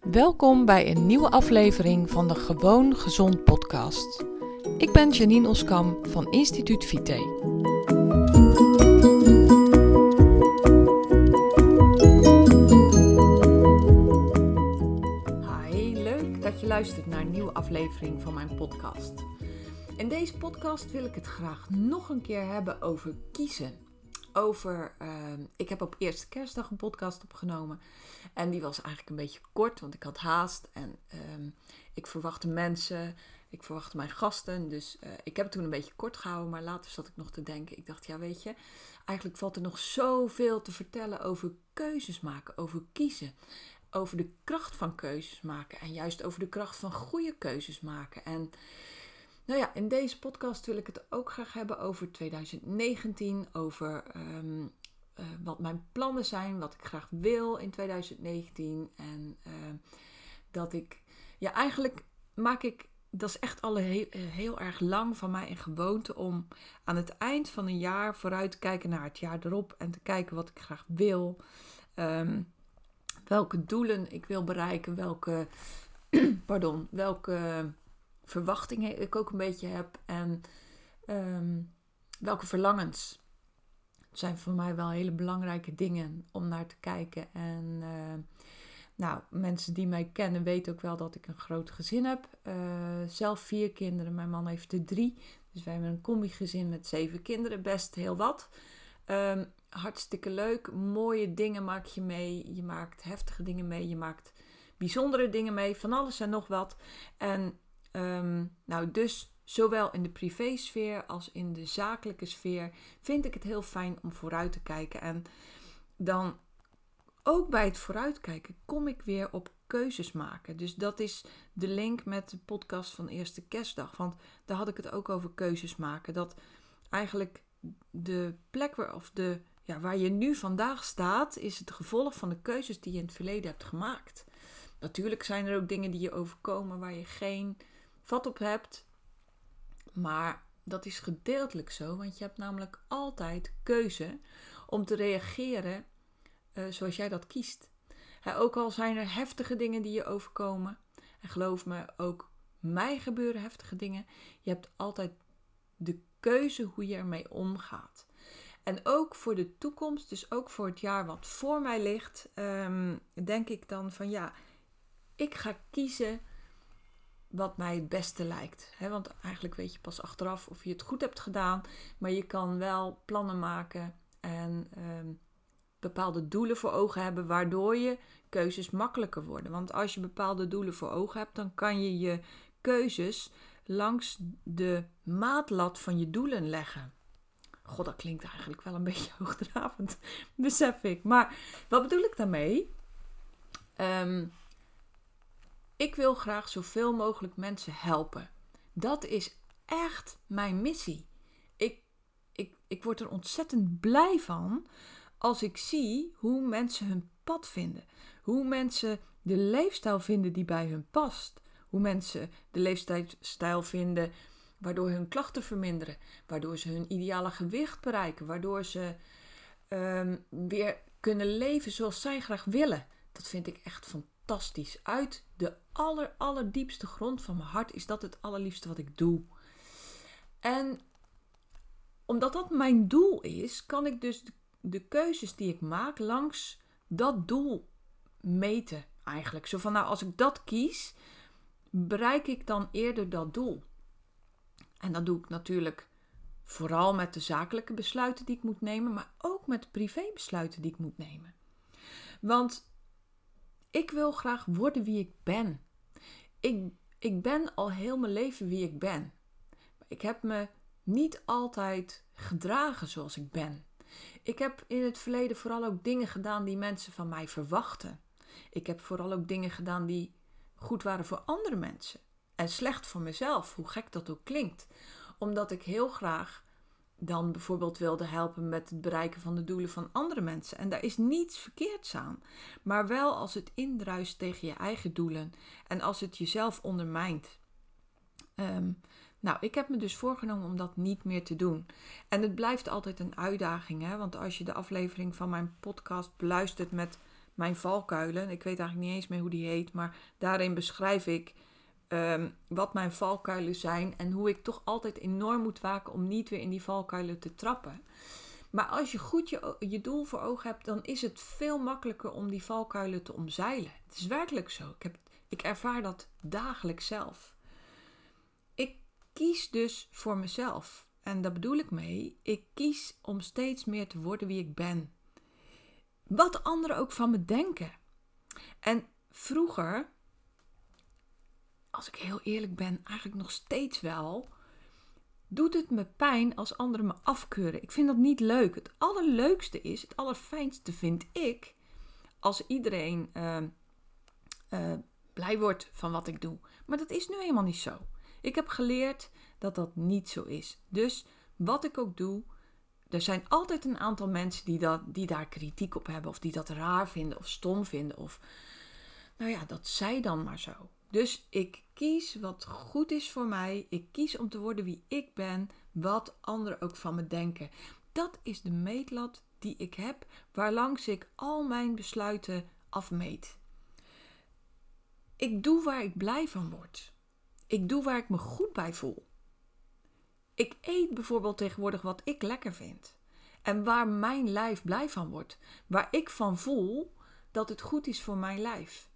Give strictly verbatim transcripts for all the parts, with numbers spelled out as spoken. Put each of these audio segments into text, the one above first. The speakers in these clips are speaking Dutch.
Welkom bij een nieuwe aflevering van de Gewoon Gezond podcast. Ik ben Janine Oskam van Instituut Vite. Hi, leuk dat je luistert naar een nieuwe aflevering van mijn podcast. In deze podcast wil ik het graag nog een keer hebben over kiezen. Over, uh, ik heb op eerste kerstdag een podcast opgenomen en die was eigenlijk een beetje kort, want ik had haast en uh, ik verwachtte mensen, ik verwachtte mijn gasten, dus uh, ik heb het toen een beetje kort gehouden, maar later zat ik nog te denken, ik dacht ja weet je, eigenlijk valt er nog zoveel te vertellen over keuzes maken, over kiezen, over de kracht van keuzes maken en juist over de kracht van goede keuzes maken. En nou ja, in deze podcast wil ik het ook graag hebben over twintig negentien, over um, uh, wat mijn plannen zijn, wat ik graag wil in twintig negentien. En uh, dat ik, ja eigenlijk maak ik, dat is echt al heel, heel erg lang van mij een gewoonte om aan het eind van een jaar vooruit te kijken naar het jaar erop en te kijken wat ik graag wil. Um, welke doelen ik wil bereiken, welke, pardon, welke verwachtingen ik ook een beetje heb en um, welke verlangens. Het zijn voor mij wel hele belangrijke dingen om naar te kijken. En uh, nou, mensen die mij kennen weten ook wel dat ik een groot gezin heb. Uh, zelf vier kinderen, mijn man heeft er drie. Dus wij hebben een combi-gezin met zeven kinderen, best heel wat. Um, hartstikke leuk, mooie dingen maak je mee. Je maakt heftige dingen mee, je maakt bijzondere dingen mee, van alles en nog wat. En Um, nou, dus zowel in de privésfeer als in de zakelijke sfeer vind ik het heel fijn om vooruit te kijken. En dan ook bij het vooruitkijken kom ik weer op keuzes maken. Dus dat is de link met de podcast van Eerste Kerstdag. Want daar had ik het ook over keuzes maken. Dat eigenlijk de plek waar, of de, ja, waar je nu vandaag staat is het gevolg van de keuzes die je in het verleden hebt gemaakt. Natuurlijk zijn er ook dingen die je overkomen waar je geen vat op hebt. Maar dat is gedeeltelijk zo. Want je hebt namelijk altijd keuze om te reageren uh, zoals jij dat kiest. He, ook al zijn er heftige dingen die je overkomen. En geloof me, ook mij gebeuren heftige dingen. Je hebt altijd de keuze hoe je ermee omgaat. En ook voor de toekomst, dus ook voor het jaar wat voor mij ligt, um, denk ik dan van ja, ik ga kiezen wat mij het beste lijkt. He, want eigenlijk weet je pas achteraf of je het goed hebt gedaan. Maar je kan wel plannen maken en um, bepaalde doelen voor ogen hebben, waardoor je keuzes makkelijker worden. Want als je bepaalde doelen voor ogen hebt, dan kan je je keuzes langs de maatlat van je doelen leggen. God, dat klinkt eigenlijk wel een beetje hoogdravend, besef ik. Maar wat bedoel ik daarmee? Um, Ik wil graag zoveel mogelijk mensen helpen. Dat is echt mijn missie. Ik, ik, ik word er ontzettend blij van als ik zie hoe mensen hun pad vinden. Hoe mensen de leefstijl vinden die bij hun past. Hoe mensen de leefstijl vinden waardoor hun klachten verminderen. Waardoor ze hun ideale gewicht bereiken. Waardoor ze um, weer kunnen leven zoals zij graag willen. Dat vind ik echt fantastisch. Uit de aller, allerdiepste grond van mijn hart is dat het allerliefste wat ik doe. En omdat dat mijn doel is, kan ik dus de, de keuzes die ik maak langs dat doel meten eigenlijk. Zo van nou, als ik dat kies, bereik ik dan eerder dat doel. En dat doe ik natuurlijk vooral met de zakelijke besluiten die ik moet nemen, maar ook met de privébesluiten die ik moet nemen. Want ik wil graag worden wie ik ben. Ik, ik ben al heel mijn leven wie ik ben. Ik heb me niet altijd gedragen zoals ik ben. Ik heb in het verleden vooral ook dingen gedaan die mensen van mij verwachten. Ik heb vooral ook dingen gedaan die goed waren voor andere mensen. En slecht voor mezelf, hoe gek dat ook klinkt. Omdat ik heel graag dan bijvoorbeeld wilde helpen met het bereiken van de doelen van andere mensen. En daar is niets verkeerds aan. Maar wel als het indruist tegen je eigen doelen. En als het jezelf ondermijnt. Um, nou, ik heb me dus voorgenomen om dat niet meer te doen. En het blijft altijd een uitdaging. Hè? Want als je de aflevering van mijn podcast beluistert met mijn valkuilen. Ik weet eigenlijk niet eens meer hoe die heet. Maar daarin beschrijf ik um, wat mijn valkuilen zijn. En hoe ik toch altijd enorm moet waken om niet weer in die valkuilen te trappen. Maar als je goed je, je doel voor ogen hebt, dan is het veel makkelijker om die valkuilen te omzeilen. Het is werkelijk zo. Ik, heb, ik ervaar dat dagelijks zelf. Ik kies dus voor mezelf. En daar bedoel ik mee, ik kies om steeds meer te worden wie ik ben. Wat anderen ook van me denken. En vroeger, als ik heel eerlijk ben, eigenlijk nog steeds wel, doet het me pijn als anderen me afkeuren. Ik vind dat niet leuk. Het allerleukste is, het allerfijnste vind ik, als iedereen uh, uh, blij wordt van wat ik doe. Maar dat is nu helemaal niet zo. Ik heb geleerd dat dat niet zo is. Dus wat ik ook doe, er zijn altijd een aantal mensen die, dat, die daar kritiek op hebben. Of die dat raar vinden of stom vinden. Of, nou ja, dat zij dan maar zo. Dus ik kies wat goed is voor mij. Ik kies om te worden wie ik ben. Wat anderen ook van me denken. Dat is de meetlat die ik heb. Waarlangs ik al mijn besluiten afmeet. Ik doe waar ik blij van word. Ik doe waar ik me goed bij voel. Ik eet bijvoorbeeld tegenwoordig wat ik lekker vind. En waar mijn lijf blij van wordt. Waar ik van voel dat het goed is voor mijn lijf.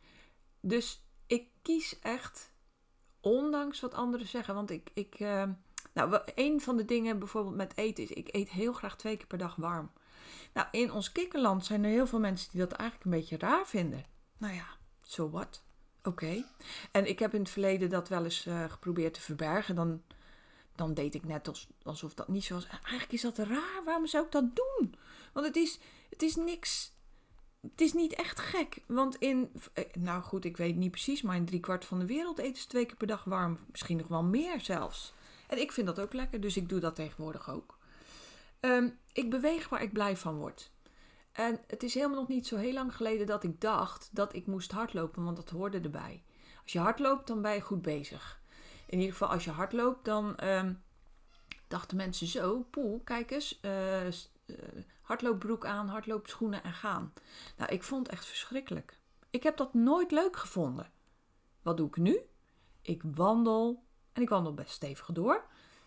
Dus ik kies echt, ondanks wat anderen zeggen. Want ik, ik uh, nou, een van de dingen bijvoorbeeld met eten is, ik eet heel graag twee keer per dag warm. Nou, in ons kikkerland zijn er heel veel mensen die dat eigenlijk een beetje raar vinden. Nou ja, so what? Oké. Okay. En ik heb in het verleden dat wel eens uh, geprobeerd te verbergen. Dan, dan deed ik net als, alsof dat niet zo was. En eigenlijk is dat raar. Waarom zou ik dat doen? Want het is, het is niks. Het is niet echt gek. Want in, nou goed, ik weet niet precies. Maar in drie kwart van de wereld eten ze twee keer per dag warm. Misschien nog wel meer zelfs. En ik vind dat ook lekker. Dus ik doe dat tegenwoordig ook. Um, ik beweeg waar ik blij van word. En het is helemaal nog niet zo heel lang geleden dat ik dacht dat ik moest hardlopen, want dat hoorde erbij. Als je hardloopt, dan ben je goed bezig. In ieder geval, als je hardloopt, dan um, dachten mensen zo, poeh, kijk eens, uh, uh, hardloopbroek aan, hardloopschoenen en gaan. Nou, ik vond het echt verschrikkelijk. Ik heb dat nooit leuk gevonden. Wat doe ik nu? Ik wandel, en ik wandel best stevig door.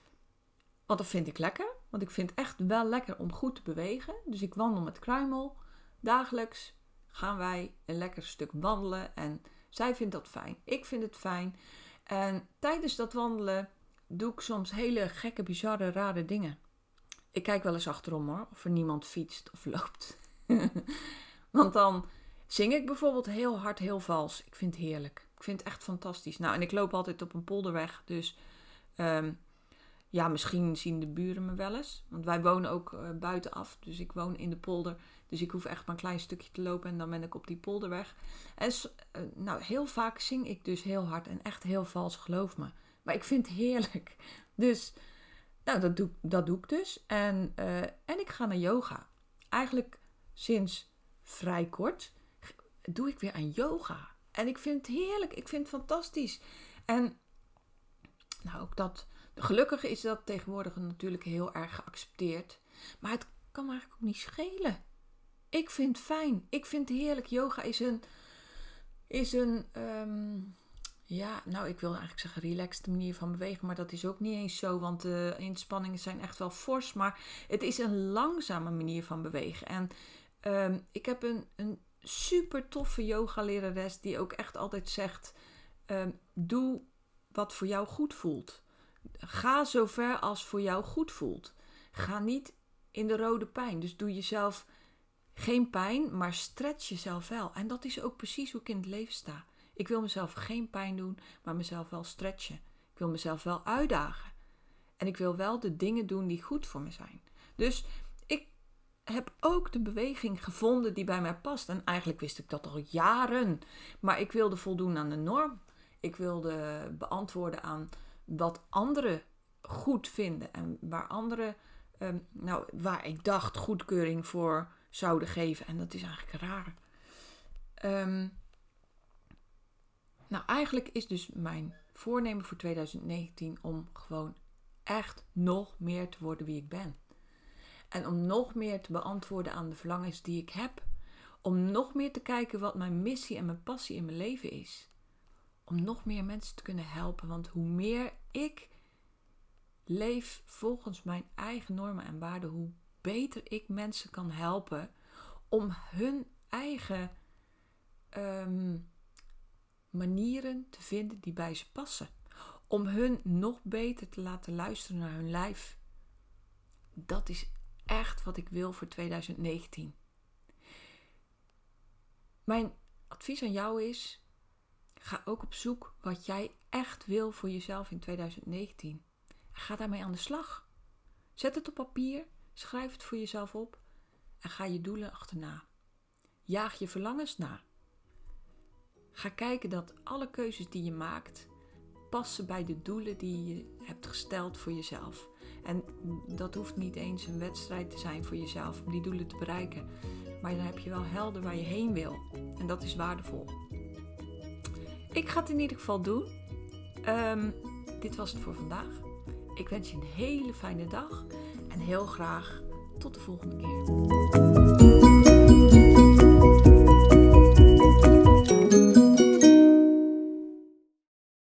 Want dat vind ik lekker. Want ik vind het echt wel lekker om goed te bewegen. Dus ik wandel met Kruimel. Dagelijks gaan wij een lekker stuk wandelen. En zij vindt dat fijn. Ik vind het fijn. En tijdens dat wandelen doe ik soms hele gekke, bizarre, rare dingen. Ik kijk wel eens achterom hoor. Of er niemand fietst of loopt. Want dan zing ik bijvoorbeeld heel hard, heel vals. Ik vind het heerlijk. Ik vind het echt fantastisch. Nou, en ik loop altijd op een polderweg. Dus Um, Ja, misschien zien de buren me wel eens. Want wij wonen ook uh, buitenaf. Dus ik woon in de polder. Dus ik hoef echt maar een klein stukje te lopen. En dan ben ik op die polderweg. En uh, nou, heel vaak zing ik dus heel hard. En echt heel vals, geloof me. Maar ik vind het heerlijk. Dus nou, dat, doe, dat doe ik dus. En, uh, en ik ga naar yoga. Eigenlijk sinds vrij kort doe ik weer aan yoga. En ik vind het heerlijk. Ik vind het fantastisch. En nou, ook dat. Gelukkig is dat tegenwoordig natuurlijk heel erg geaccepteerd. Maar het kan me eigenlijk ook niet schelen. Ik vind het fijn. Ik vind het heerlijk. Yoga is een... Is een um, ja, nou ik wil eigenlijk zeggen relaxed manier van bewegen. Maar dat is ook niet eens zo. Want de inspanningen zijn echt wel fors. Maar het is een langzame manier van bewegen. En um, ik heb een, een super toffe yoga-lerares die ook echt altijd zegt... Um, doe wat voor jou goed voelt. Ga zo ver als voor jou goed voelt. Ga niet in de rode pijn. Dus doe jezelf geen pijn, maar stretch jezelf wel. En dat is ook precies hoe ik in het leven sta. Ik wil mezelf geen pijn doen, maar mezelf wel stretchen. Ik wil mezelf wel uitdagen. En ik wil wel de dingen doen die goed voor me zijn. Dus ik heb ook de beweging gevonden die bij mij past. En eigenlijk wist ik dat al jaren. Maar ik wilde voldoen aan de norm. Ik wilde beantwoorden aan wat anderen goed vinden. En waar anderen, um, nou, waar ik dacht goedkeuring voor zouden geven. En dat is eigenlijk raar. Um, nou, eigenlijk is dus mijn voornemen voor twintig negentien om gewoon echt nog meer te worden wie ik ben. En om nog meer te beantwoorden aan de verlangens die ik heb. Om nog meer te kijken wat mijn missie en mijn passie in mijn leven is. Om nog meer mensen te kunnen helpen. Want hoe meer ik leef volgens mijn eigen normen en waarden, hoe beter ik mensen kan helpen om hun eigen um, manieren te vinden die bij ze passen. Om hun nog beter te laten luisteren naar hun lijf. Dat is echt wat ik wil voor twintig negentien. Mijn advies aan jou is, ga ook op zoek wat jij echt wil voor jezelf in twintig negentien. Ga daarmee aan de slag. Zet het op papier, schrijf het voor jezelf op en ga je doelen achterna. Jaag je verlangens na. Ga kijken dat alle keuzes die je maakt passen bij de doelen die je hebt gesteld voor jezelf. En dat hoeft niet eens een wedstrijd te zijn voor jezelf om die doelen te bereiken. Maar dan heb je wel helder waar je heen wil. En dat is waardevol. Ik ga het in ieder geval doen. Um, dit was het voor vandaag. Ik wens je een hele fijne dag. En heel graag tot de volgende keer.